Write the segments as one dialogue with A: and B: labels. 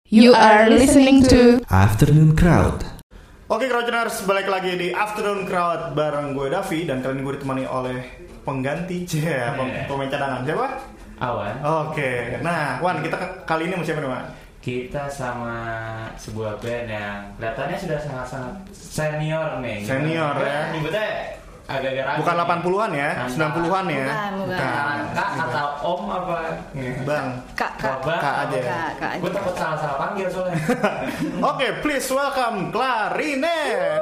A: You are listening to
B: Afternoon Crowd.
C: Oke Crowdtuners, balik lagi di Afternoon Crowd bareng gue Davi. Dan kali ini gue ditemani oleh pengganti pemain cadangan. Siapa?
D: Awan.
C: Oke, nah Wan, kita kali ini sama siapa nih Wan?
D: Kita sama sebuah band yang kelihatannya sudah sangat-sangat senior nih.
C: Senior ya.
D: Nyebutnya agak-agak ragu.
C: Bukan 80-an ya, 90-an ya.
A: Bukan.
D: Kak atau Om apa?
C: Bang.
A: Kak
C: Kak aja.
A: Kak aja.
D: Gue takut salah-salah panggil soalnya.
C: Oke, please welcome Clarinet.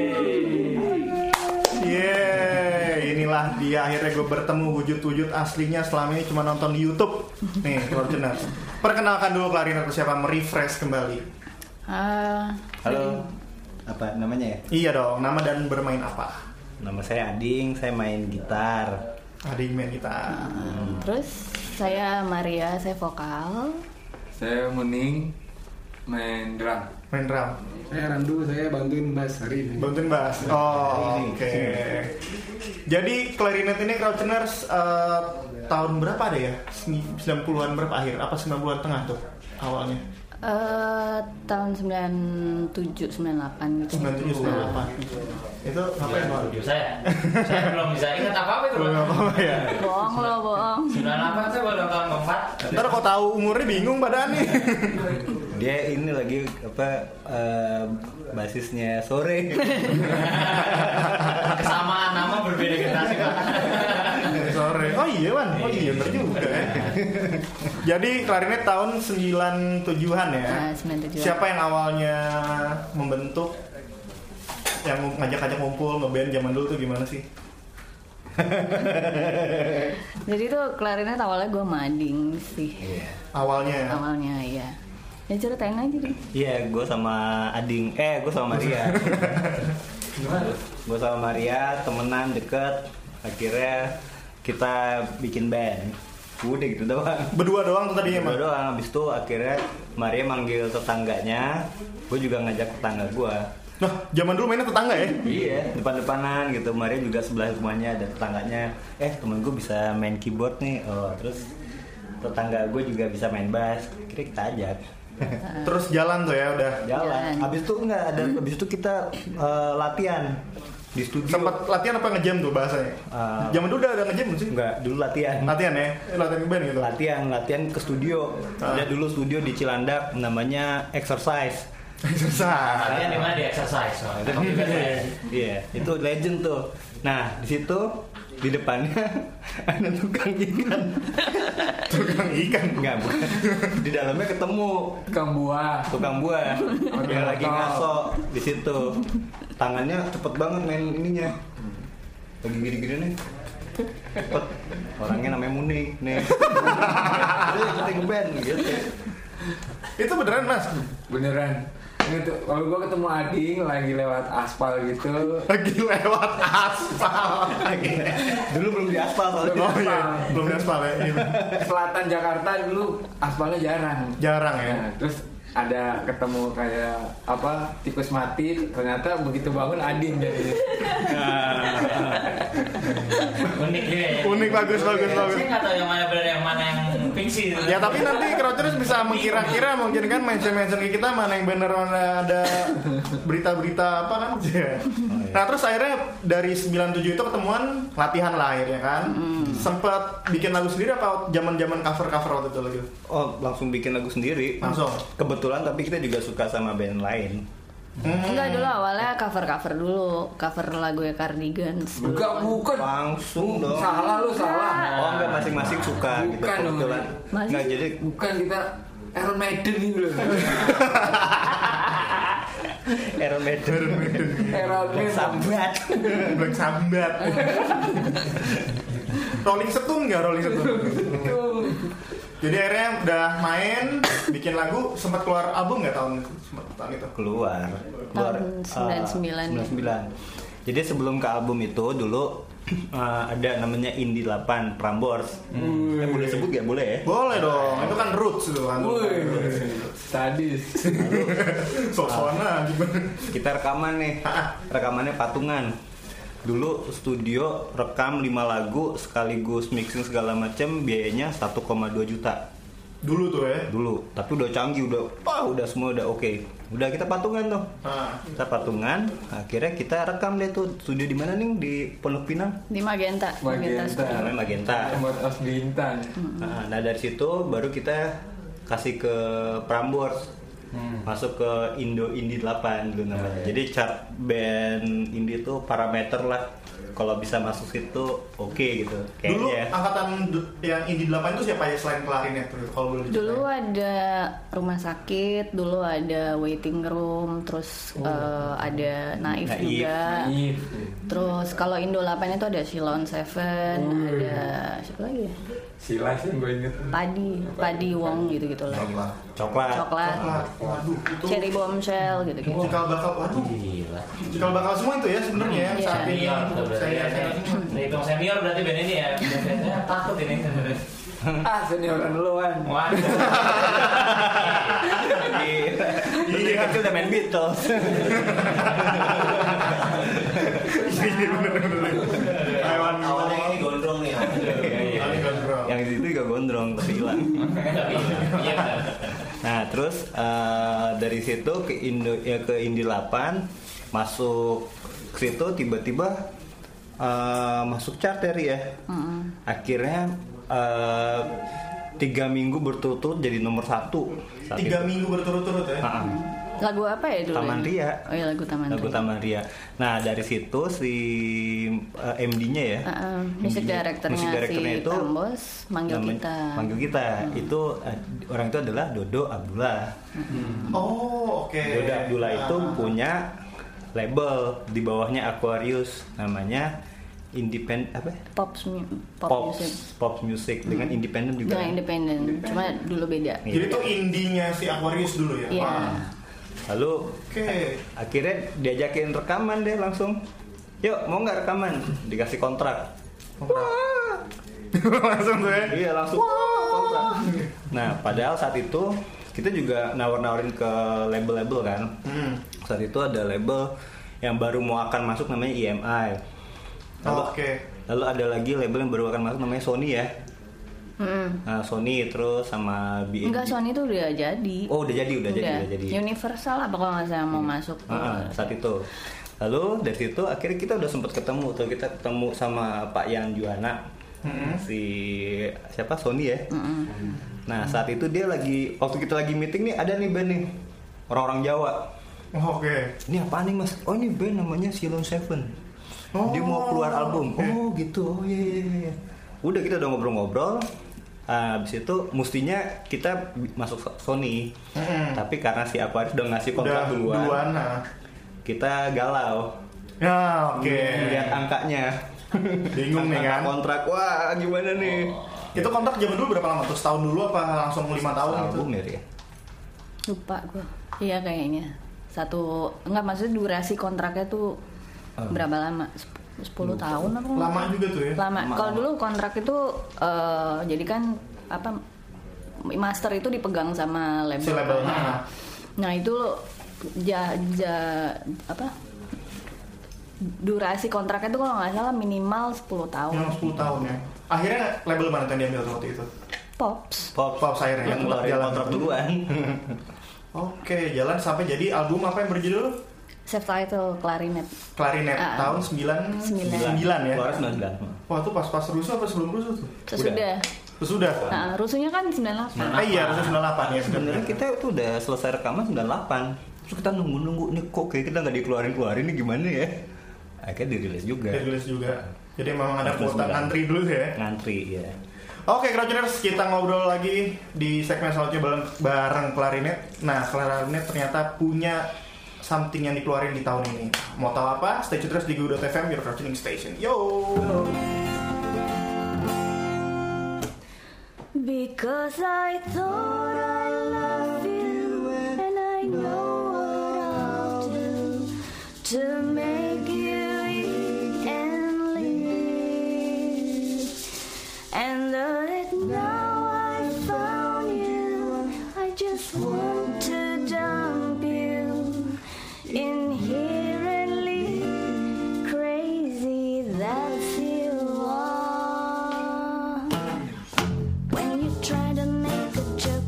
C: Inilah dia, akhirnya gue bertemu wujud-wujud aslinya. Selama ini cuma nonton di YouTube. Nih, Crowdtuners. Perkenalkan dulu Clarinet siapa, merefresh kembali.
E: Halo, apa namanya ya?
C: Iya dong, nama dan bermain apa?
E: Nama saya Ading, saya main gitar.
C: Adik main kita.
A: Terus saya Maria, saya vokal.
F: Saya Muning, main drum.
C: Main drum.
G: Saya Randu, saya bantuin bass hari ini.
C: Bantuin bass. Oh, oke. Jadi Clarinet ini Crowdtuners tahun berapa ada ya? 90-an berapa akhir? Apa 90-an tengah tuh awalnya?
A: Tahun 97, 98 gitu.
C: 97, 98. Itu apa ya?
D: Saya belum bisa ingat apa-apa itu.
C: Belum apa ya?
A: Bohong lo, bohong.
D: 98 saya baru tahun keempat.
C: Ntar kok tahu umurnya bingung badan nih.
E: Dia ini lagi basisnya Sore.
D: Kesamaan nama berbeda generasi Pak.
C: Sore. Oh iya Wan. Oh iya bener juga ya. Jadi Clarinet tahun 97-an ya.
A: Nah, 97.
C: Siapa yang awalnya membentuk, yang ngajak-ngajak ngumpul ngeband zaman dulu tuh gimana sih?
A: Jadi tuh Clarinet awalnya gue mading sih.
C: Awalnya.
A: Awalnya iya. Ya ceritain aja deh.
E: Iya, gue sama Ading. Gue sama Maria. Gue sama Maria temenan deket. Akhirnya kita bikin band. Udah gitu doang.
C: Berdua doang tuh tadinya
E: Berdua
C: mah.
E: doang. Habis itu akhirnya Maria manggil tetangganya. Gue juga ngajak tetangga gue.
C: Nah, zaman dulu mainnya tetangga ya?
E: Iya, depan-depanan gitu. Maria juga sebelah rumahnya ada tetangganya. Temen gue bisa main keyboard nih. Terus tetangga gue juga bisa main bass. Kira kita ajak.
C: Terus jalan tuh ya udah.
E: Jalan. Habis itu enggak ada. Habis itu kita latihan di studio.
C: Sempat latihan apa ngejam tuh bahasanya? Zaman dulu udah ada ngejam belum sih?
E: Enggak, dulu latihan.
C: Latihan ya? Latihan band gitu.
E: Latihan ke studio. Ada dulu studio di Cilandak namanya Exercise.
C: Exercise.
D: Kalian di mana di exercise?
E: Itu iya, itu legend tuh. Nah, di situ di depannya ada tukang ikan.
C: Tukang ikan.
E: Enggak, bukan. Di dalamnya ketemu tukang buah. Dia lagi ngaso di situ. Tangannya cepet banget main ininya. Lagi gini-gini nih. Cepet. Orangnya namanya Muning nih. Dia ikutin ngeband gitu.
C: Itu beneran Mas?
G: Beneran. Ini tuh, kalau gue ketemu Ading lagi lewat aspal gitu.
C: Lagi lewat aspal.
E: Dulu belum di aspal soalnya.
C: Oh iya, belum di aspal ya. Iya.
G: Selatan Jakarta dulu aspalnya jarang.
C: Jarang ya.
G: Nah, terus ada ketemu kayak apa tikus mati, ternyata begitu bangun Ading jadi.
D: Unik juga ya.
C: Unik, bagus.
D: Saya nggak tahu yang mana benar yang mana yang fiksi.
C: Ya tapi nanti Crowdtuners bisa mengkira-kira mungkin kan mention ke kita mana yang bener, mana ada berita-berita apa kan. Nah terus akhirnya dari 97 itu ketemuan latihan lah akhirnya kan. Sempet bikin lagu sendiri apa zaman-zaman cover-cover waktu itu lagi?
E: Oh, langsung bikin lagu sendiri.
C: Langsung?
E: Kebetulan tapi kita juga suka sama band lain.
A: Enggak, dulu awalnya cover dulu. Cover lagu Cardigans.
G: Enggak, bukan.
E: Langsung dong.
G: Salah lu, salah.
E: Oh, enggak, masing-masing suka gitu
G: Bukan dong.
E: kebetulan.
A: Masih?
E: Enggak, jadi
G: Bukan, kita Iron Maiden gitu loh.
E: Iron Maiden.
G: Iron Maiden.
E: Sambat.
C: Black Sabbath. Rolling Stone nggak Rolling Stone? Jadi akhirnya udah main, bikin lagu, sempat keluar album nggak tahun itu?
E: Keluar.
A: Tahun 99.
E: 99. Jadi sebelum ke album itu dulu ada namanya Indie 8 Prambors. Boleh sebut ya? Boleh ya?
C: Boleh dong, itu kan roots itu kan.
G: Sadis.
C: Sosona gimana?
E: Kita rekaman nih. Rekamannya patungan. Dulu studio rekam 5 lagu sekaligus mixing segala macam, biayanya 1,2 juta.
C: Dulu tuh ya.
E: Dulu, tapi udah canggih, udah semua udah oke. Udah kita patungan tuh. Kita patungan, akhirnya kita rekam deh tuh. Studio di mana nih? Di Pondok Pinang.
A: Di Magenta.
E: Namanya Magenta.
G: Nomor Os Bintang.
E: Nah dari situ baru kita kasih ke Prambors. Masuk ke Indo Indie 8 dulu namanya. Jadi chart band indie tuh parameter lah. Kalau bisa masuk situ oke gitu.
C: Dulu
E: Kayaknya.
C: angkatan yang Indie 8 itu siapa ya selain klarinet tuh? Kalau boleh diceritain.
A: Dulu ada rumah sakit, dulu ada waiting room, terus ada Naif juga.
G: Naif.
A: Terus kalau Indo 8 itu ada Silon Seven, ada siapa lagi ya?
G: Silas yang gue inget.
A: Padi Wong gitu-gitu lah.
E: Coklat.
C: Waduh, itu
A: Cherry Bombshell gitu-gitu.
C: cikal bakal, waduh.
D: Gila.
C: Cikal bakal semua itu ya sebenarnya ya.
A: Iya.
C: Saat ini
D: Senior tuh berarti ya. Hitung senior berarti band ini ya. Biasanya takut ini.
G: Senioran duluan.
D: Waduh.
E: Iya, kecil udah main Beatles.
C: Iya bener.
E: Awalnya ini gondrong nih.
C: Kali gondrong.
E: Yang di situ juga gondrong tapi hilang.
D: Iya.
E: Nah terus dari situ ke Indie 8 masuk ke situ tiba-tiba masuk charter ya. Akhirnya 3 minggu berturut-turut jadi nomor 1.
C: 3 minggu berturut-turut ya.
A: Lagu apa ya dulu?
E: Taman Ria.
A: Oh iya, lagu Taman Ria.
E: Nah dari situ si MD-nya ya,
A: Music directornya si
E: itu
A: Tambos manggil kita.
E: Itu orang itu adalah Dodo Abdullah.
C: Oh, oke.
E: Dodo Abdullah itu punya label di bawahnya Aquarius, namanya Independent apa? Pop music dengan independen juga.
A: Dengan independen, cuma dulu beda.
C: Jadi itu indinya si Aquarius dulu ya.
A: Iya.
E: Lalu akhirnya diajakin rekaman deh langsung. Yuk mau nggak rekaman? Dikasih kontrak.
C: Langsung tuh ya.
E: Iya langsung kontrak. Nah padahal saat itu kita juga nawar-nawarin ke label-label kan. Saat itu ada label yang baru mau akan masuk namanya EMI. Lalu ada lagi label yang baru akan masuk namanya Sony ya. Nah, Sony terus sama BNB.
A: Enggak, Sony itu udah jadi.
E: Oh udah jadi.
A: Universal apa kalau nggak salah mau masuk.
E: Saat itu. Lalu dari situ akhirnya kita udah sempat ketemu tuh, kita ketemu sama Pak Yan Juwana. Si siapa Sony ya. Nah saat itu dia lagi, waktu kita lagi meeting nih ada nih band nih orang-orang Jawa. Ini apa nih mas? Oh ini band namanya Silon Seven. Dia mau keluar album. Oh gitu. Oh iya. Udah kita udah ngobrol-ngobrol. Habis itu mestinya kita masuk Sony. Tapi karena si Aquarius udah ngasih kontrak duluan. Kita galau.
C: Ya,
E: Lihat angkanya.
C: Bingung nih kan.
E: Kontrak, wah gimana nih?
C: Itu kontrak zaman dulu berapa lama tuh? Setahun dulu apa langsung 5 tahun gitu?
E: Album ya?
A: Lupa gue. Iya kayaknya. Enggak, maksudnya durasi kontraknya tuh berapa lama? 10 tahun apa?
C: Lama juga tuh ya?
A: Lama. Kalau dulu kontrak itu jadi kan apa, master itu dipegang sama label.
C: Si label.
A: Nah itu durasi kontraknya itu kalau nggak salah minimal 10 tahun.
C: Minimal 10 tahun ya. Akhirnya label mana yang diambil waktu itu?
A: Pops
C: akhirnya
E: yang ngeluarin kontrak duluan.
C: Oke, jalan sampai jadi album apa yang berjudul
A: self-title Clarinet
C: tahun 99 ya.
E: Keluar 99.
C: Wah, itu pas rusuh apa sebelum rusuh tuh?
A: Sesudah.
C: Sudah.
A: Nah, rusuhnya kan 98.
C: Iya, rusuh 98 ya.
E: Sebenarnya kita itu udah selesai rekaman 98. Terus kita nunggu nih kok kayak kita nggak dikeluarin ini gimana ya? Akhirnya dirilis juga.
C: Jadi memang ada kuota ngantri dulu ya.
E: Ngantri ya.
C: Oke, Crouchers, kita ngobrol lagi di segmen selanjutnya bareng Clarinet. Nah, Clarinet ternyata punya something yang dikeluarin di tahun ini. Mau tahu apa? Stay tune terus di Go.fm, your Crouching Station. Yo!
A: Because I thought I loved you, and I know what I'll do to make you eat and live. And that now I found you, I just want to dump you in here and leave. Crazy that's you are. When you try to make a joke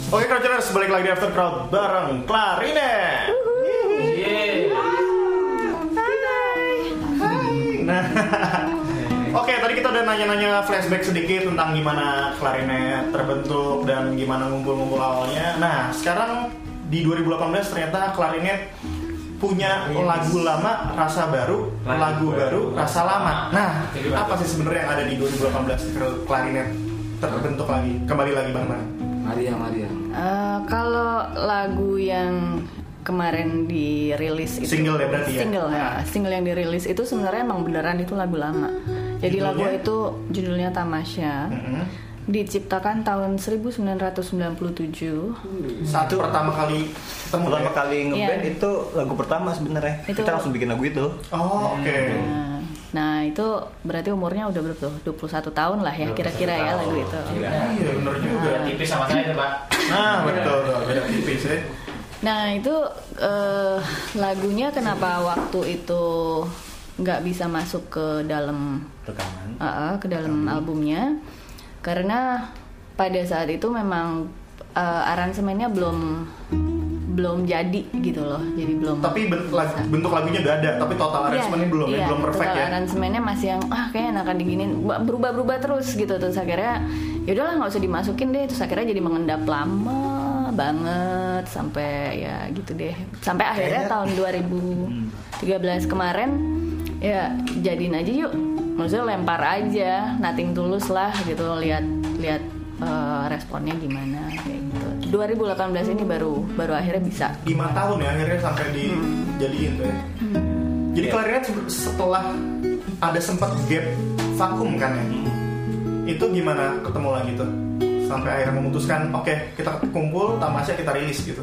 C: Oke, Crowdtuners, balik lagi di After Crowd bareng Klarinet. Nah, oke, tadi kita udah nanya-nanya flashback sedikit tentang gimana Klarinet terbentuk dan gimana ngumpul-ngumpul awalnya. Nah, sekarang di 2018 ternyata Klarinet punya lagu lama, rasa baru, lagu baru, rasa lama. Nah, apa sih sebenarnya yang ada di 2018 Klarinet terbentuk lagi, kembali lagi Bang?
G: Maria.
A: Kalau lagu yang kemarin dirilis itu
C: single ya berarti ya?
A: Single yang dirilis itu sebenarnya emang beneran itu lagu lama. Jadi judulnya? Lagu itu judulnya Tamasya. Diciptakan tahun 1997.
C: Saat pertama kali
E: ngeband itu lagu pertama sebenarnya. Kita langsung bikin lagu itu.
C: Oh, oke.
A: Nah, itu berarti umurnya udah berapa tuh? 21 tahun lah ya kira-kira ya lagu itu.
C: Iya, benar juga.
D: Beda tipis sama saya tuh, Pak.
C: Nah, betul, beda tipis ya.
A: Nah, itu lagunya kenapa waktu itu nggak bisa masuk ke dalam
E: rekaman,
A: ke dalam albumnya? Karena pada saat itu memang aransemennya belum jadi gitu loh, jadi belum.
C: Tapi bentuk lagunya udah ada, tapi total aransemennya belum perfect
A: total
C: ya.
A: Aransemennya masih yang kayaknya enakan diginin, berubah terus gitu. Terus akhirnya ya udahlah nggak usah dimasukin deh. Terus akhirnya jadi mengendap lama banget sampai ya gitu deh. Sampai akhirnya tahun 2013 kemarin ya jadiin aja yuk. Maksudnya lempar aja, nothing tulus lah gitu, lihat responnya gimana kayak gitu. 2018 ini baru akhirnya bisa.
C: 5 tahun ya akhirnya sampai dijadiin tuh ya. Jadi Klarinet setelah ada sempat gap vakum kan ya. Itu gimana ketemu lagi tuh? Sampai akhirnya memutuskan oke, kita kumpul, Tamasya kita rilis gitu.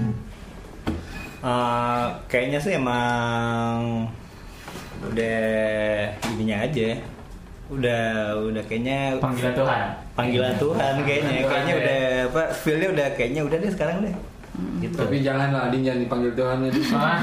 E: Kayaknya sih emang udah ininya aja. Udah kayaknya panggilan Tuhan kayaknya udah apa feel-nya udah kayaknya udah deh sekarang deh. Gitu.
G: Tapi jangan dipanggil Tuhan itu.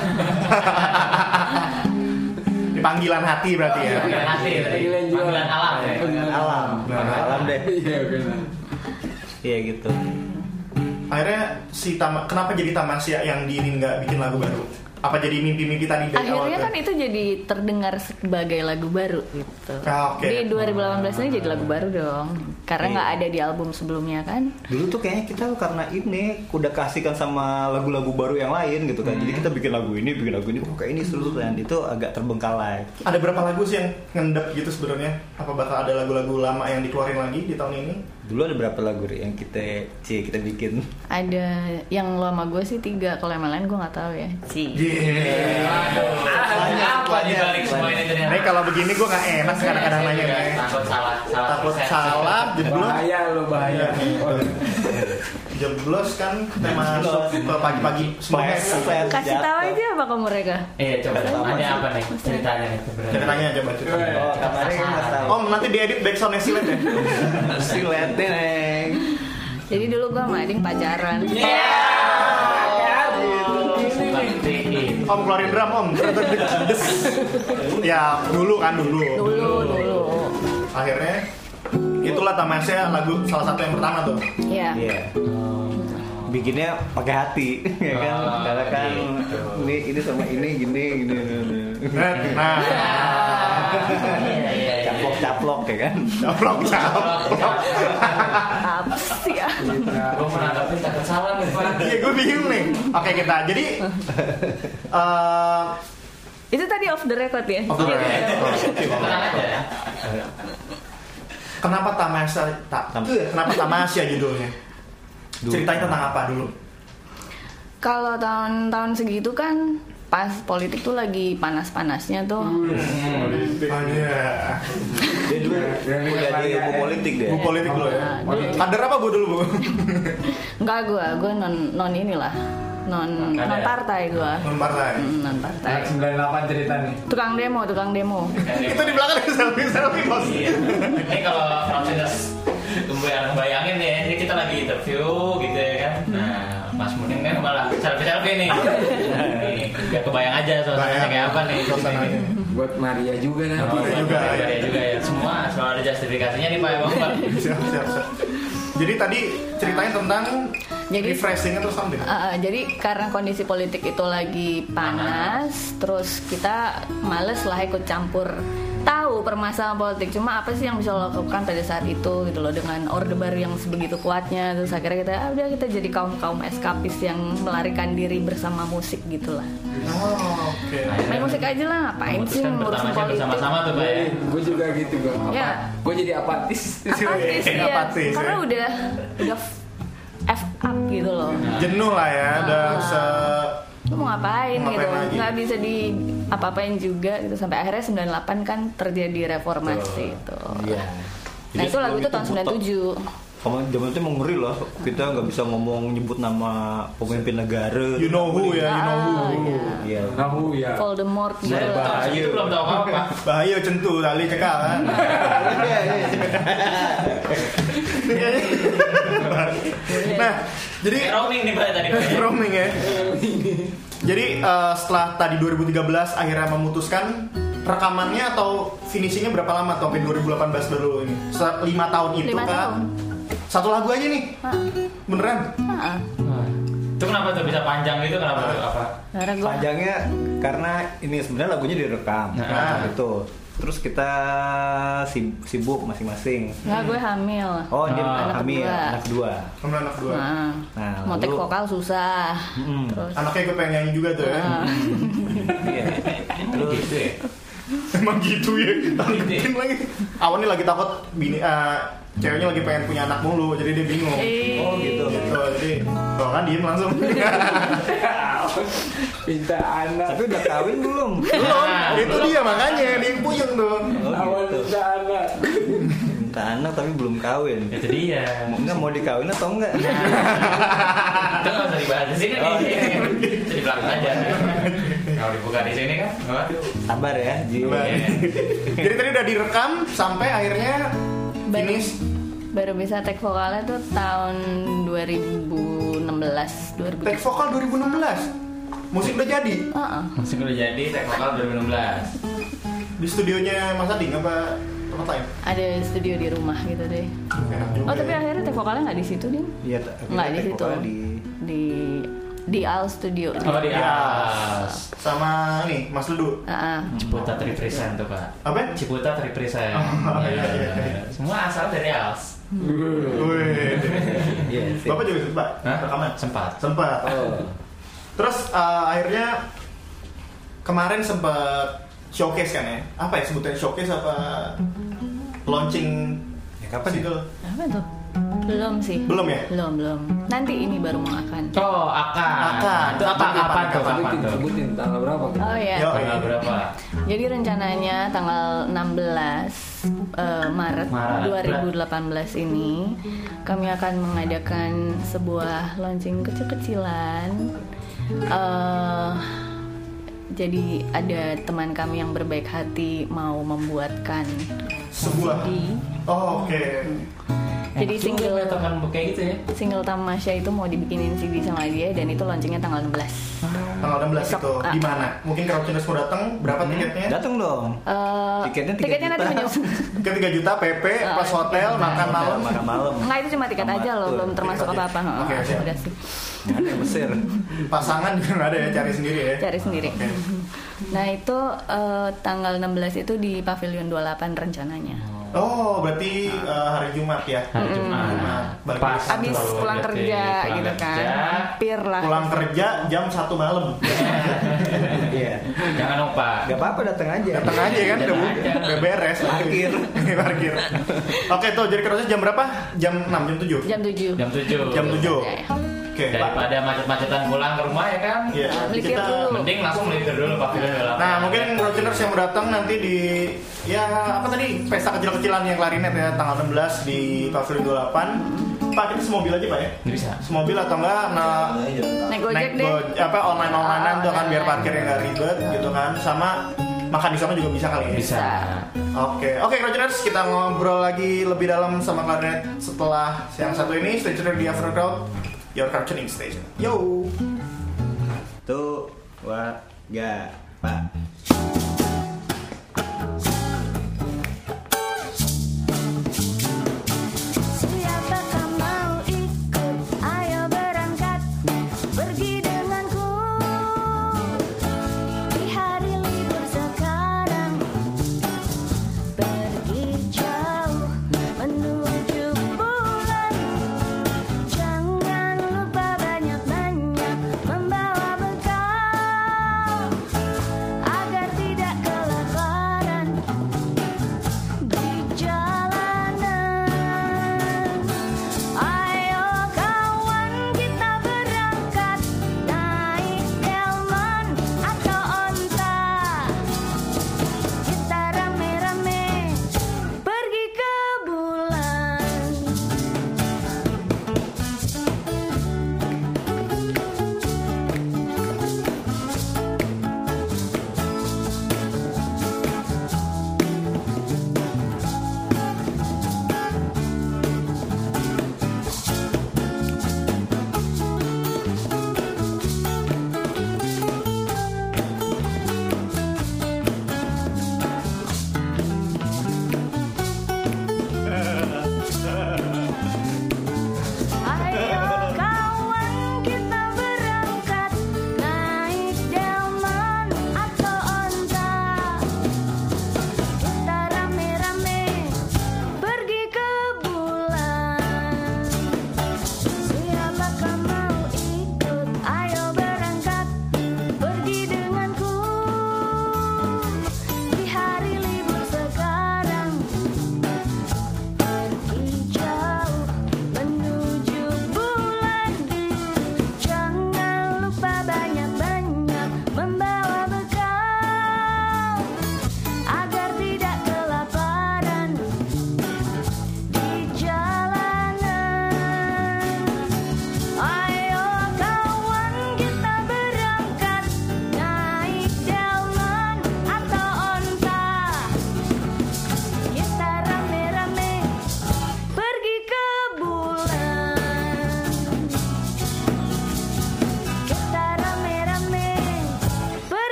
C: Di panggilan hati berarti ya.
D: Panggilan alam.
E: Alam deh. Iya gitu.
C: Akhirnya kenapa jadi Tamasya yang diinin nggak bikin lagu baru? Apa jadi mimpi-mimpi tadi dari awal?
A: Akhirnya kan itu jadi terdengar sebagai lagu baru gitu.
C: Okay.
A: Di 2018 ini jadi lagu baru dong. Karena nggak ada di album sebelumnya kan.
E: Dulu tuh kayaknya kita karena ini udah kasihkan sama lagu-lagu baru yang lain gitu kan. Jadi kita bikin lagu ini, kayak ini seru dan itu agak terbengkalai.
C: Ada berapa lagu sih yang ngendap gitu sebenarnya? Apa bakal ada lagu-lagu lama yang dikeluarin lagi di tahun ini?
E: Dulu ada berapa lagu yang kita bikin?
A: Ada yang lo sama gue sih 3, kalau yang lain gue nggak tahu ya.
D: Apa dibalik semua ini ternyata?
C: Nih kalau begini gue nggak enak kadang-kadang nanya nih. Takut salah, jeblos.
G: Bahaya.
C: Jeblos kan kita masuk ke pagi-pagi semuanya.
A: Kasih tahu aja apa ke mereka.
D: Coba ada apa nih ceritanya nih?
C: Ceritanya coba.
E: Oh, kemarin masalah.
C: Om nanti diedit backsoundnya Silet ya.
E: Silet deh, Neng.
A: Jadi dulu gue sama Ading pacaran.
C: Om keluarin drum om. Ya dulu. Akhirnya itulah Tamasya lagu salah satu yang pertama tuh.
A: Iya.
E: Bikinnya pakai hati, ya kan? Karena kan ini sama ini gini.
C: Nah.
E: Caplok ya kan?
C: Caplok.
A: Apa sih ya?
D: Gue menanggapin takut salah nih, Pak.
C: Iya gue bingung nih. Oke kita jadi
A: itu tadi off the record ya?
C: Off the record.
D: Tenang aja ya.
C: Kenapa Tamasya judulnya? Ceritain tentang apa dulu?
A: Kalau tahun-tahun segitu kan pas politik tuh lagi panas-panasnya tuh.
E: Dia dulu udah di ilmu politik deh.
C: Bu politik dulu ya. Kader apa bu dulu bu?
A: Enggak gue non inilah. Non partai gue.
C: Non partai.
A: Non partai.
G: 98 cerita nih.
A: Tukang demo.
C: Itu di belakang selfie bos.
D: Ini kalau proses bayangin nih, ini kita lagi interview gitu ya kan. Nah, Mas Muning kan malah selfie nih. Gak kebayang aja suasananya kayak apa nih.
C: Suasananya.
G: Buat Maria juga nanti.
C: Maria
D: juga ya. Semua ada justifikasinya nih Pak Bang.
C: Siap. Jadi tadi ceritanya tentang
A: Jadi
C: refreshing atau something.
A: Jadi karena kondisi politik itu lagi panas, terus kita males lah ikut campur tahu permasalahan politik. Cuma apa sih yang bisa lo lakukan pada saat itu gitu loh, dengan orde baru yang sebegitu kuatnya. Terus akhirnya kita jadi kaum eskapis yang melarikan diri bersama musik gitulah.
C: Oh, oke.
A: Main musik aja lah, ngapain sih ngurusin politik.
D: Bersama-sama tuh, Pak.
G: Gue juga gitu gue.
A: Ya.
G: Gue jadi apatis.
A: Apatis ya.
C: Apatis,
A: Karena
C: ya.
A: udah F up gitu loh.
C: Jenuh lah ya, udah
A: Lu mau ngapain
C: Mau
A: gitu,
C: ngapain lagi?
A: nggak bisa di apa-apain juga gitu. Sampai akhirnya 98 kan terjadi reformasi itu.
E: Iya.
A: Nah itu lagu itu tahun 97.
E: Sama zaman itu emang ngeri loh. Kita nggak bisa ngomong nyebut nama pemimpin negara.
C: you know who ya, you know who.
E: Iya.
G: Nahu ya.
A: Voldemort gitu
D: Saya
A: lah.
D: tahun itu belum tahu apa-apa.
C: Bahaya centu tali cekal kan. Nah, jadi
D: Roaming nih Pak tadi Pak.
C: roaming ya. Jadi setelah tadi 2013 akhirnya memutuskan rekamannya atau finishingnya berapa lama tuh sampai 2018 baru ini? 5 tahun itu
A: 5
C: kan?
A: tahun.
C: Satu lagu aja nih, beneran?
A: Heeh.
D: Itu kenapa tuh bisa panjang gitu, kenapa tuh apa?
A: Karena gue
E: Panjangnya karena ini sebenarnya lagunya direkam.
C: Nah.
E: Itu. Terus kita sibuk masing-masing.
A: nggak, gue hamil.
E: Oh, dia
A: Anak
E: hamil,
A: kedua.
E: anak kedua.
C: Kamu anak dua.
A: Nah, mau
E: lalu-
A: take vokal susah. Terus
C: Anaknya gue pengen nyanyi juga tuh ya.
E: Iya. Terus
D: Gitu ya.
C: Emang gitu ya. Mungkin lagi. Awalnya lagi takut bini ceweknya lagi pengen punya anak mulu, jadi dia bingung.
E: oh gitu.
C: Gitu, jadi kalau kan diem langsung.
G: Minta anak.
E: Tapi udah kawin belum?
C: Belum, itu dia makanya dia yang puyeng tuh.
E: Oh
G: Awal
E: gitu.
G: minta anak.
E: Minta anak tapi belum kawin.
D: Itu dia.
E: Enggak mau dikawin atau enggak?
D: Itu nggak usah dibahas di sini
C: Oh,
D: nih.
C: iya.
D: Di belakang aja. Kalau dibuka di sini kan, waduh.
E: Sabar ya, Ji.
D: Iya.
C: Jadi tadi udah direkam sampai akhirnya finish.
A: baru bisa take vokalnya tuh tahun 2016.
C: Take vokal 2016. Musik udah jadi
D: Musik udah jadi, take vokal 2016.
C: di studionya Mas Ading apa tempat lain?
A: Ada studio di rumah gitu deh.
C: Enak juga.
A: Oh tapi
C: ya.
A: akhirnya take vokalnya nggak di situ Din?
E: Iya,
A: Nggak di
E: take
A: situ.
E: vokal
A: Di Al Studio.
D: Oh di
C: Ya,
D: As.
C: sama nih Mas Ludu.
D: Ciputat represent tuh Pak.
C: Apa?
D: Ciputat represent.
C: Oh, iya.
D: Semua asal dari Als.
C: Wih.
E: Iya. sip.
C: Bapak juga sempat
D: Hah?
C: rekaman?
D: Sempat.
C: Sempat. Terus akhirnya kemarin sempat showcase kan ya? Apa ya sebutannya, showcase apa launching?
E: Ya, kapan
C: situ?
A: Apa tuh? Belum sih.
C: Belum ya?
A: Belum. Nanti ini baru mau akan.
D: Oh, akan.
C: Akan.
D: Itu apa tuh?
C: Kapan?
D: Kapan tuh?
G: Sebutin tanggal berapa?
A: Oh ya.
C: Yo.
D: Tanggal berapa?
A: Jadi rencananya tanggal 16 Maret
D: Maret.
A: 2018 ini kami akan mengadakan sebuah launching kecil-kecilan. Jadi ada teman kami yang berbaik hati mau membuatkan
C: Sebuah.
A: CD.
C: Oh, oke.
A: Jadi single
D: teman kayak gitu ya.
A: single Tamasya itu mau dibikinin CD sama dia dan itu launchingnya tanggal 16.
C: Tanggal 16
A: Besok,
C: itu di mana? Mungkin Crowdtuners mau datang, berapa tiketnya?
E: Datang dong.
A: Tiketnya
E: 3
A: nanti
E: juta.
A: menyusul.
C: Ke 3 juta PP plus hotel, makan malam.
E: Makan malam.
A: Enggak, itu cuma tiket aja loh, belum termasuk
C: Tiket aja.
A: apa-apa.
C: Oke, siap.
A: Udah sih.
E: Nggak ada Mesir.
C: Pasangan juga nggak ada ya, cari sendiri ya.
A: Cari sendiri.
C: Oke.
A: Nah itu tanggal 16 itu di Pavilion 28 rencananya.
C: Oh, berarti hari Jumat ya?
D: Hari Jumat.
C: Balik
D: Pas.
C: lagi.
A: Abis
D: Betul,
A: pulang
D: berarti
A: kerja
D: pulang
A: gitu
D: kerja.
A: kan. Hampir lah.
C: Pulang kerja jam 1 malam.
E: Iya.
D: Jangan lupa.
E: Gak apa-apa datang aja.
C: Datang aja kan, udah beres.
E: Parkir.
C: Parkir. Oke tuh, jadi kerja jam berapa? Jam 6, jam 7?
A: Jam 7.
D: Jam 7.
C: Jam 7.
A: Ya, ya.
C: Oke, Pak.
D: Daripada macet-macetan pulang ke rumah ya kan.
C: Iya,
A: Melipir
C: kita...
A: dulu.
D: Mending langsung melipir dulu Pavilion 28.
C: Nah, mungkin Crowdtuners yang mau datang nanti di ya apa tadi pesta kecil-kecilan yang klarinet ya tanggal 16 di Pavilion 28. Pak, kita semobil aja Pak ya?
D: Nggak bisa.
C: Semobil atau enggak
A: Naik Gojek deh.
C: apa online-onlinean tuh kan biar parkirnya nggak ribet gitu kan, sama makan di sana juga bisa kali ya?
D: Bisa.
C: Oke, Crowdtuners, kita ngobrol lagi lebih dalam sama klarinet setelah yang satu ini. Stay tune di After Crowd, your car tuning station. Yo.
E: Tuh, Pak.
A: Siapakah mau ikut? Ayo berangkat.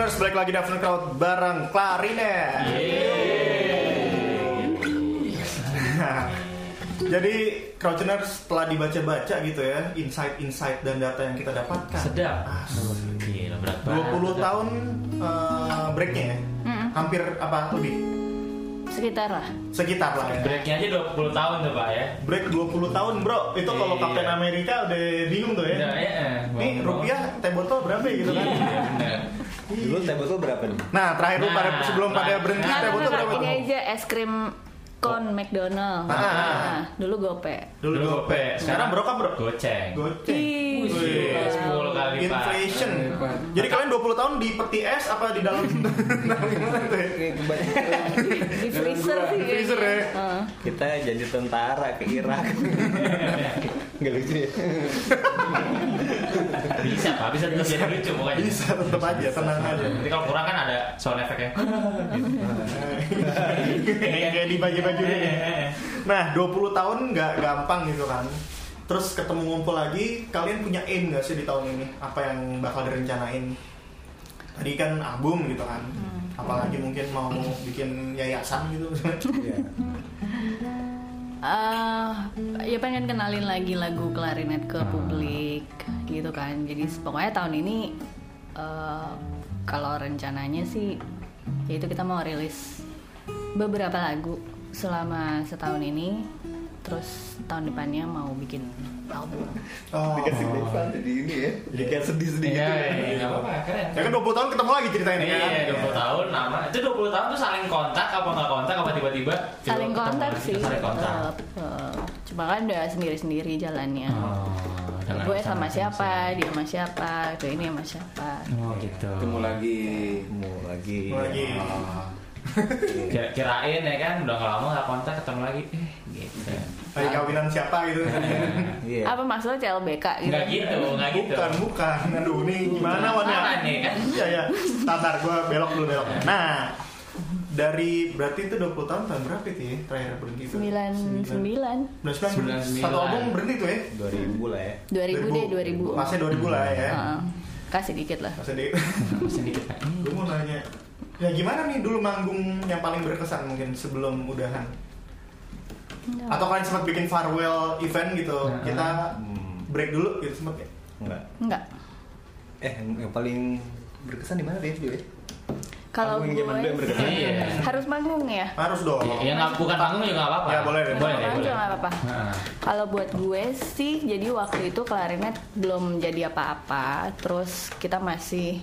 C: Crowdtuners, balik lagi di Afternoon Crowd bareng Klarinet. Jadi Crowdtuners setelah dibaca-baca gitu ya, insight dan data yang kita dapatkan.
D: Sedap. Gila, berat banget.
C: 20 tahun breaknya ya? Hampir apa lebih?
A: Sekitar lah.
C: Sekitar lah ya.
D: Breaknya aja 20 tahun tuh Pak ya.
C: Break 20 tahun bro, itu kalau
D: Iya.
C: Kapten Amerika udah bingung tuh ya.
D: Udah, ya.
C: Nih rupiah teh botol berapa ya gitu kan?
D: Iya, bener.
E: Dulu teh botol berapa nih?
C: Nah terakhir lu pada sebelum pada berhenti
A: Nggak,
C: teh botol berapa
A: ini
C: tuh?
A: aja es krim kon McDonald. Nah, dulu gope.
C: Dulu gope. Sekarang berapa bro?
D: Goceng.
C: Goceng.
A: Ih,
C: Wih,
D: 10 kali Pak.
C: Inflation.
G: Pak.
C: Jadi kalian 20 tahun di peti es apa di dalam gimana tuh ya?
A: di freezer sih.
C: Di freezer ya?
A: Heeh.
E: Kita jadi tentara ke Irak. Nggak lucu ya?
D: Bisa Pak, bisa terus jadi lucu pokoknya.
C: Bisa tetap aja, tenang aja.
D: Nanti kalau kurang kan ada sound effect-nya.
C: Kayak di baju-baju ini. Nah 20 tahun nggak gampang gitu kan. Terus ketemu ngumpul lagi, kalian punya aim nggak sih di tahun ini? Apa yang bakal direncanain? Tadi kan album gitu kan. Apalagi mungkin mau bikin yayasan gitu.
E: Iya.
A: Ya pengen kenalin lagi lagu Klarinet ke publik gitu kan. Jadi pokoknya tahun ini kalau rencananya sih yaitu kita mau rilis beberapa lagu selama setahun ini. Terus tahun depannya mau bikin album.
C: Oh.
E: Dikasih background jadi ini ya. Jadi kayak sedih-sedih
D: Iya,
E: gitu.
D: iya, nggak apa-apa, keren.
C: Ya kan 20 tahun ketemu lagi ceritanya kan.
D: Iya, 20 tahun nama. Itu 20 tahun tuh saling kontak apa nggak kontak apa tiba-tiba
A: Saling
D: ketemu
A: kontak
D: lagi,
A: sih.
D: saling kontak.
A: Cuma kan udah sendiri-sendiri jalannya.
D: Dengan
A: Gue sama
D: masing-masing.
A: siapa, dia sama siapa, itu ini sama siapa.
D: Oh gitu.
G: Ketemu lagi.
E: Mau lagi.
D: Kirain ya kan udah nggak lama nggak kontak ketemu lagi gitu.
C: Lagi kawinan siapa gitu.
E: Iya.
A: Apa maksudnya CLBK gitu?
D: nggak gitu.
C: Bukan. Aduh, nih gimana Wan ya?
D: Mana nih kan?
C: Iya ya. Tatar gue belok dulu. Nah, dari berarti itu 20 tahun berapa itu ya terakhir berhenti itu?
A: 99.
C: 99. Satu album berhenti tuh ya?
E: 2000 lah ya.
A: 2000 deh, 2000.
C: Masnya 2000 lah ya.
A: Kasih dikit lah.
C: Masih di.
D: Sedikit Pak.
C: Gue mau nanya, ya gimana nih dulu manggung yang paling berkesan mungkin sebelum udahan? Atau kalian sempat bikin farewell event gitu? Kita break dulu gitu sempat ya?
E: Enggak.
A: Enggak.
E: Yang paling berkesan di mana deh juga ya?
A: Kalau
E: Album yang
A: gue
E: zaman dulu yang berkesan.
D: Iya.
A: harus manggung ya.
C: Harus dong.
D: Ya nggak bukan panggung juga nggak apa-apa.
C: Ya, boleh deh.
D: Boleh.
A: Manggung juga nggak apa-apa.
D: Heeh.
A: Kalau buat gue sih, jadi waktu itu Klarinet belum jadi apa-apa. Terus kita masih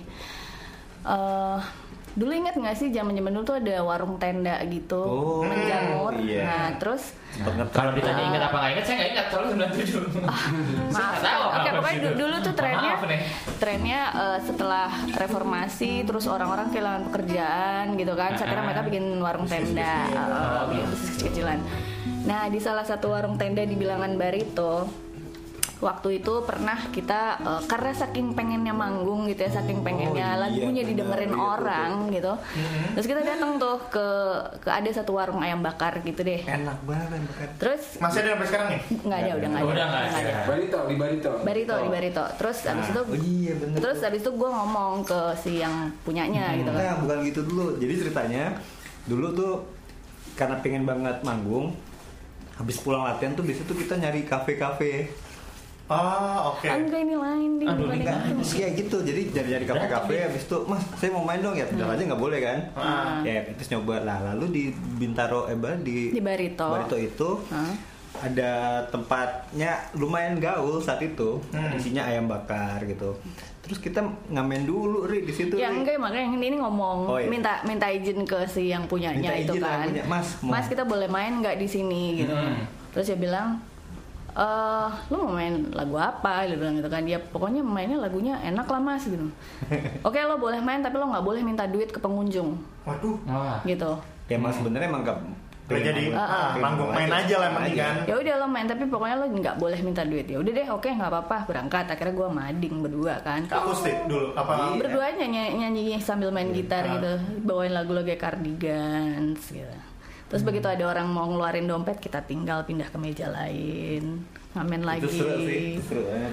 A: dulu ingat nggak sih zaman-zaman dulu tuh ada warung tenda gitu,
E: Oh,
A: menjamur.
E: iya.
A: Nah terus
D: Kalau ditanya ingat apa nggak ingat, saya nggak ingat soalnya 97.
A: maaf.
D: tahu
A: Oke,
D: apa-apa
A: pokoknya
D: di situ.
A: dulu tuh
D: Maaf nih.
A: trennya setelah reformasi, terus orang-orang kehilangan pekerjaan gitu kan. Saya kira mereka bikin warung tenda, bisnis kecilan. Nah di salah satu warung tenda di bilangan Barito, waktu itu pernah kita karena saking pengennya manggung gitu ya, saking pengennya lagunya didengerin orang gitu. Terus kita datang tuh ke ada satu warung ayam bakar gitu deh.
E: Enak banget kan.
A: Terus
C: Masih ada sampai sekarang nih?
A: nggak ada, udah nggak ada.
D: Udah nggak ada.
G: Barito di Barito.
A: Di Barito. Terus abis itu
E: Oh iya bener.
A: terus abis itu gue ngomong ke si yang punyanya gitu kan.
E: Nah, bukan gitu dulu. Jadi ceritanya dulu tuh karena pengen banget manggung, habis pulang latihan tuh biasanya tuh kita nyari kafe-kafe.
C: Oh, oke.
A: Enggak, ini lain ding,
D: Aduh,
A: bukan
E: Enggak,
A: yang itu.
E: iya gitu. Jadi nyari kafe-kafe habis itu, "Mas, saya mau main dong ya." Bilang aja nggak boleh kan? Ya, terus nyoba lah. Lalu di Bintaro di
A: Di Barito.
E: itu ada tempatnya lumayan gaul saat itu. Isinya ayam bakar gitu. Terus kita ngamen dulu Ri di situ.
A: Ya
E: Ri.
A: enggak, makanya yang ini ngomong
E: Oh, iya.
A: minta izin ke si yang punyanya
E: Minta
A: itu
E: izin
A: kan.
E: yang punya. Mas,
A: Kita boleh main nggak di sini gitu. Terus dia bilang, lu mau main lagu apa? Dia bilang gitu kan. Dia pokoknya mainnya lagunya enak lah mas gitu. Oke, lo boleh main tapi lo nggak boleh minta duit ke pengunjung
C: Waduh.
D: Wah.
A: gitu.
E: Ya emang sebenarnya emang gak
C: Udah jadi manggung main aja lah yang penting kan.
A: Ya udah lo main tapi pokoknya lo nggak boleh minta duit. Ya udah deh, oke nggak apa-apa, berangkat. Akhirnya gue mading berdua kan.
C: Akustik dulu apa?
A: Berdua nyanyi sambil main gitar gitu, bawain lagu-lagu kayak Cardigans gitu. Terus begitu ada orang mau ngeluarin dompet, kita tinggal pindah ke meja lain, ngamen lagi.
E: Itu seru sih, seru banget tuh.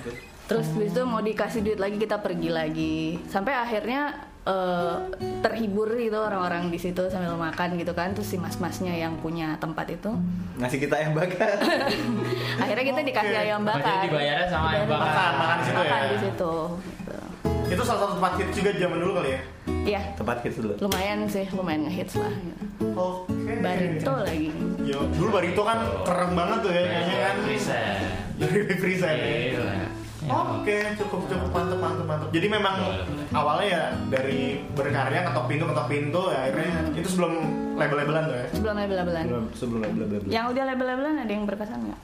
A: Terus habis itu mau dikasih duit lagi kita pergi lagi. Sampai akhirnya terhibur gitu orang-orang di situ sambil makan gitu kan. Terus si mas-masnya yang punya tempat itu
E: ngasih kita ayam bakar.
A: akhirnya kita dikasih ayam bakar.
D: Berarti dibayarnya sama ayam bakar.
C: Makan di situ
A: Makan
C: ya.
A: di situ.
C: Itu salah satu tempat hits juga zaman dulu kali ya.
A: Iya,
E: Tempat hits dulu.
A: lumayan sih, lumayan ngehits lah. Gitu.
C: Oke.
A: Barito lagi.
C: Yo, dulu Barito kan keren banget tuh ya kayaknya kan.
D: Reset.
C: Jadi represent ya.
D: Gila.
C: Oke, cukup mantep. Jadi memang awalnya ya dari berkarya ketok pintu ya akhirnya itu sebelum label-labelan tuh ya.
A: Sebelum label-labelan.
E: Sebelum label.
A: Yang udah label-labelan ada yang berkesan nggak?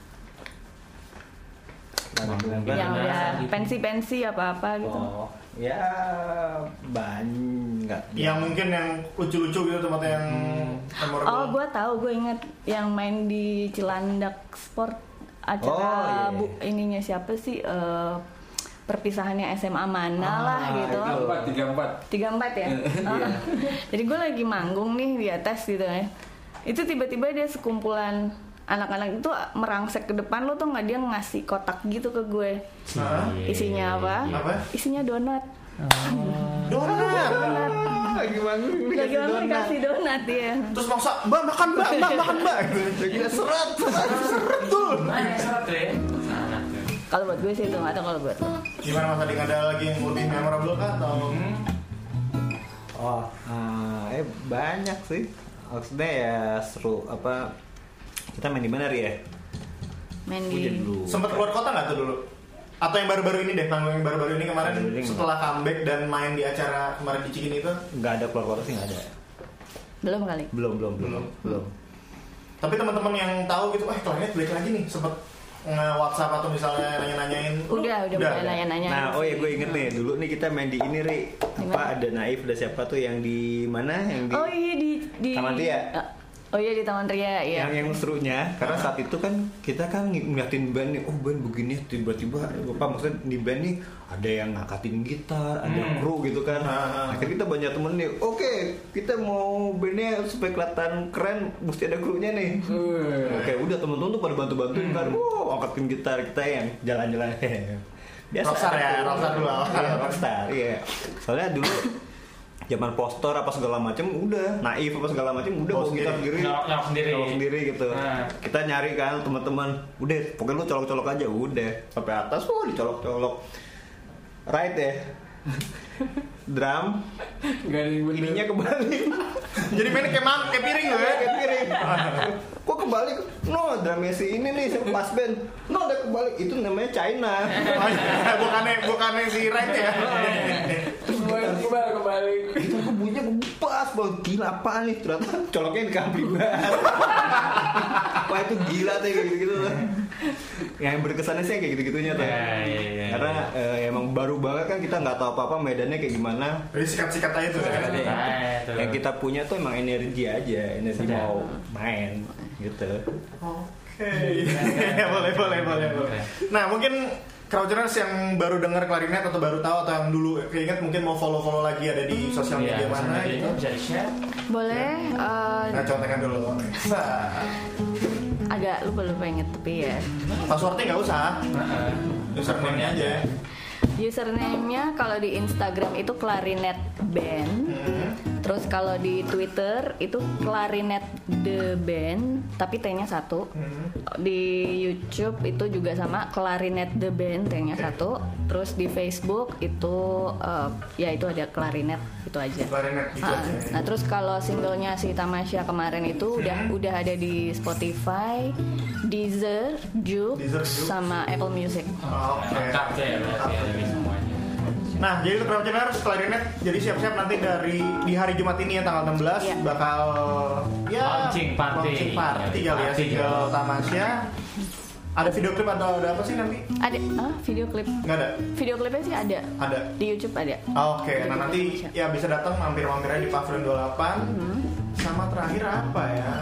A: Yang udah pensi-pensi apa-apa gitu.
E: Oh, ya banyak.
C: Yang mungkin yang lucu-lucu gitu tempat yang memorable.
A: Oh, gue inget yang main di Cilandak Sport acara
E: Oh, iya.
A: ininya siapa sih? Perpisahannya SMA mana lah gitu.
G: 34
A: 34 ya. Jadi gue lagi manggung nih di atas gitu ya. Itu tiba-tiba dia sekumpulan anak-anak itu merangsek ke depan lo tuh nggak, dia ngasih kotak gitu ke gue. Isinya apa? Isinya donat.
C: Donat.
E: Lagi bangun
A: Lagi bangun dikasih donat ya.
C: Terus maksa, Mbak makan Mbak. Gila seret tuh.
D: Seret tuh ya.
A: Kalau buat gue sih itu, nggak tahu kalau buat lo.
C: Gimana Mas Adi, ada lagi yang lebih memorable kah atau?
E: Banyak sih. Maksudnya ya seru apa? Kita main di mana Ri ya?
A: Main
E: Hujan
A: di
E: dulu.
C: Sempet keluar kota nggak tuh dulu? Atau yang baru-baru ini deh, panggung yang baru-baru ini kemarin setelah comeback dan main di acara kemarin di Cikini itu?
E: Nggak ada keluar kota sih, nggak ada.
A: belum kali.
E: Belum.
C: Tapi teman-teman yang tahu gitu, klarinet balik lagi nih, sempet nge-WhatsApp atau misalnya nanya-nanyain.
A: Udah mulai nanya-nanya.
E: Nah, gue inget nih, dulu nih kita main di ini Ri.
A: Dimana?
E: Ada Naif, ada siapa tuh yang di mana? Yang di
A: Oh iya di
E: Taman Ria.
A: Oh iya di Taman Ria ya.
E: Yang serunya karena saat itu kan kita kan ngeliatin band nih, band begini tiba-tiba maksudnya di band nih ada yang ngangkatin gitar, ada kru gitu kan. Akhirnya kita banyak temen nih, oke, kita mau bandnya supaya kelihatan keren mesti ada krunya nih. Oke, udah temen-temen tuh pada bantu-bantuin kan, angkatin gitar, kita yang jalan-jalan. Biasa.
C: Rockstar ya, rockstar dulu.
E: Iya, rockstar, iya. Soalnya dulu zaman poster apa segala macam udah Naif apa segala macam udah bawa gitar sendiri nyolok sendiri gitu. Kita nyari kan teman-teman, udah pokoknya lu colok-colok aja udah sampai atas dicolok-colok right ya. Drum ininya kebalik.
C: Jadi mainnya kayak piring loh ya.
E: Kayak piring. Kok kebalik? No, drumnya si ini nih, si bass band. No, udah kebalik. Itu namanya China.
C: bukannya si right ya.
G: kembali.
E: Itu bunyinya pas banget, gila apaan nih, ternyata coloknya di kampli banget. Wah itu gila tuh kayak gitu-gitu tuh. Yang berkesannya sih kayak gitu-gitunya tuh. Karena emang baru banget kan, kita nggak tahu apa-apa medannya kayak gimana.
C: Jadi sikat-sikat aja tuh.
E: Yang kita punya tuh emang energi aja, energi mau main gitu.
C: Oke. Boleh. Nah mungkin Crowdtuners yang baru dengar klarinet atau baru tahu atau yang dulu keinget mungkin mau follow lagi ada di sosial media mana gitu.
D: Bisa di-share.
A: Boleh.
C: Nah contekan dulu.
A: Agak lupa inget tapi ya.
C: Passwordnya nggak usah. Username-nya aja.
A: Username-nya kalau di Instagram itu Clarinet Band. Terus kalau di Twitter itu Clarinet The Band, tapi T-nya 1. Di YouTube itu juga sama Clarinet The Band, T-nya 1. Terus di Facebook itu ya itu ada Clarinet itu aja.
C: Clarinet gitu aja.
A: Nah, terus kalau singlenya si Tamasya kemarin itu udah ada di Spotify, Deezer, Juke, sama Apple Music.
C: Oke.
D: Lengkap tuh ya berarti ya lebih semuanya.
C: Nah, jadi untuk Crowdtuners klarinet, jadi siap-siap nanti di hari Jumat ini ya tanggal 16 bakal
D: launching party
C: kali ya single Tamasya. Ada video klip atau ada apa sih nanti?
A: Ada video klip.
C: Nggak ada.
A: Video klipnya sih ada.
C: Ada.
A: Di YouTube ada.
C: Oke, nah nanti ya bisa datang mampir-mampir aja di Pavilion 28. Sama terakhir apa ya?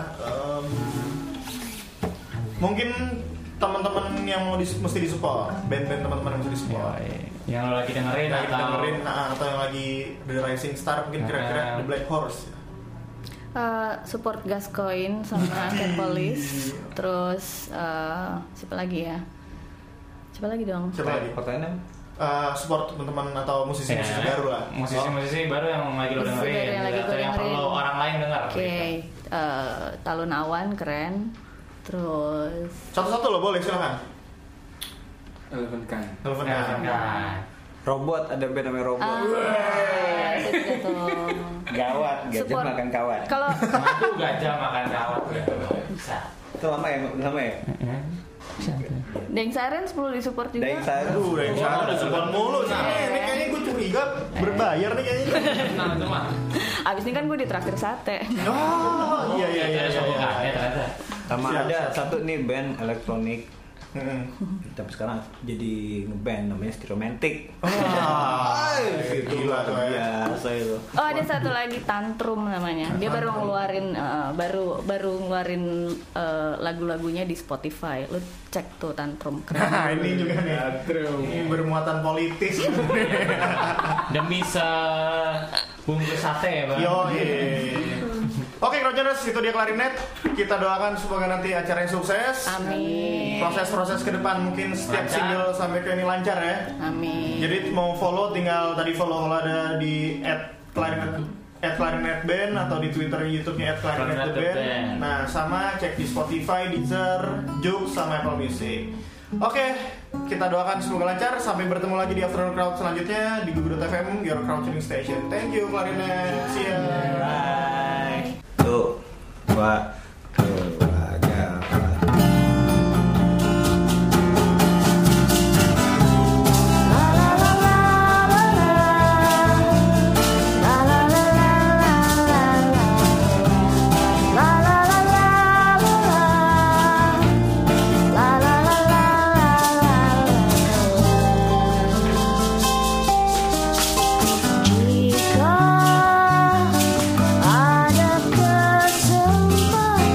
C: Mungkin teman-teman yang mesti disupport, band-band teman-teman yang mesti disupport.
D: Yang lo lagi dengerin
C: atau yang lagi The Rising Star mungkin kira-kira The Black Horse.
A: Support Gascoigne sama Cat Police. Terus siapa lagi ya? Siapa lagi dong?
C: Siapa lagi?
E: Pertanyaan
C: support teman-teman atau musisi-musisi baru lah.
D: Musisi-musisi baru yang lagi lo dengerin,
A: yang lagi
D: atau yang
A: dengerin.
D: perlu orang lain dengar.
A: Oke, Talun Awan keren. Terus
C: Satu-satu lo boleh silakan.
G: Eleven Kind.
C: Telepon
D: Nah,
E: Robot, ada band namanya Robot.
A: itu juga tuh.
E: Gawat, gajah
A: Support.
E: makan kawan.
A: Kalau
D: madu gajah makan kawat gitu. Bisa.
E: Itu lama ya?
A: Deng Siren 10 disupport juga.
E: Daeng Sari.
C: Aduh, dari sana udah support mulu. Nah, ini kayaknya gue curiga berbayar nih kayaknya.
D: Nah, itu mah.
A: Abis ini kan gue ditraktir sate.
C: Oh, iya.
D: Ada sokongannya ternyata.
E: Sama
C: Siap,
E: ada
C: siap.
E: satu nih band elektronik.
C: Heeh.
E: Tapi sekarang jadi ngeband namanya Stereomantic.
C: Gila tuh ya.
E: Biasa itu.
A: Oh ada satu lagi Tantrum namanya. Dia baru ngeluarin baru ngeluarin lagu-lagunya di Spotify. Lu cek tuh Tantrum.
C: Nah, ini juga nih. Ini bermuatan politis.
D: Demi sebungkus sate ya, Bang.
C: Yo, Oke, Crowners, itu dia klarinet. Kita doakan semoga nanti acaranya sukses.
A: Amin.
C: Proses-proses ke depan mungkin setiap
D: Lancar.
C: single sampai ke ini lancar ya.
A: Amin.
C: Jadi mau follow tinggal tadi follow kalau ada di @clarinetband atau di Twitter YouTube-nya @clarinetband. Nah, sama cek di Spotify, Deezer, Joox sama Apple Music. Oke, kita doakan semoga lancar. Sampai bertemu lagi di Afternoon Crowd selanjutnya di Gugu.fm, your crowd tuning station. Thank you, Clarinet. See ya.
E: Bye. Tuh, Pak.
B: Jika ada kesempatan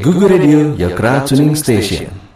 B: Google Radio, your crowd tuning station.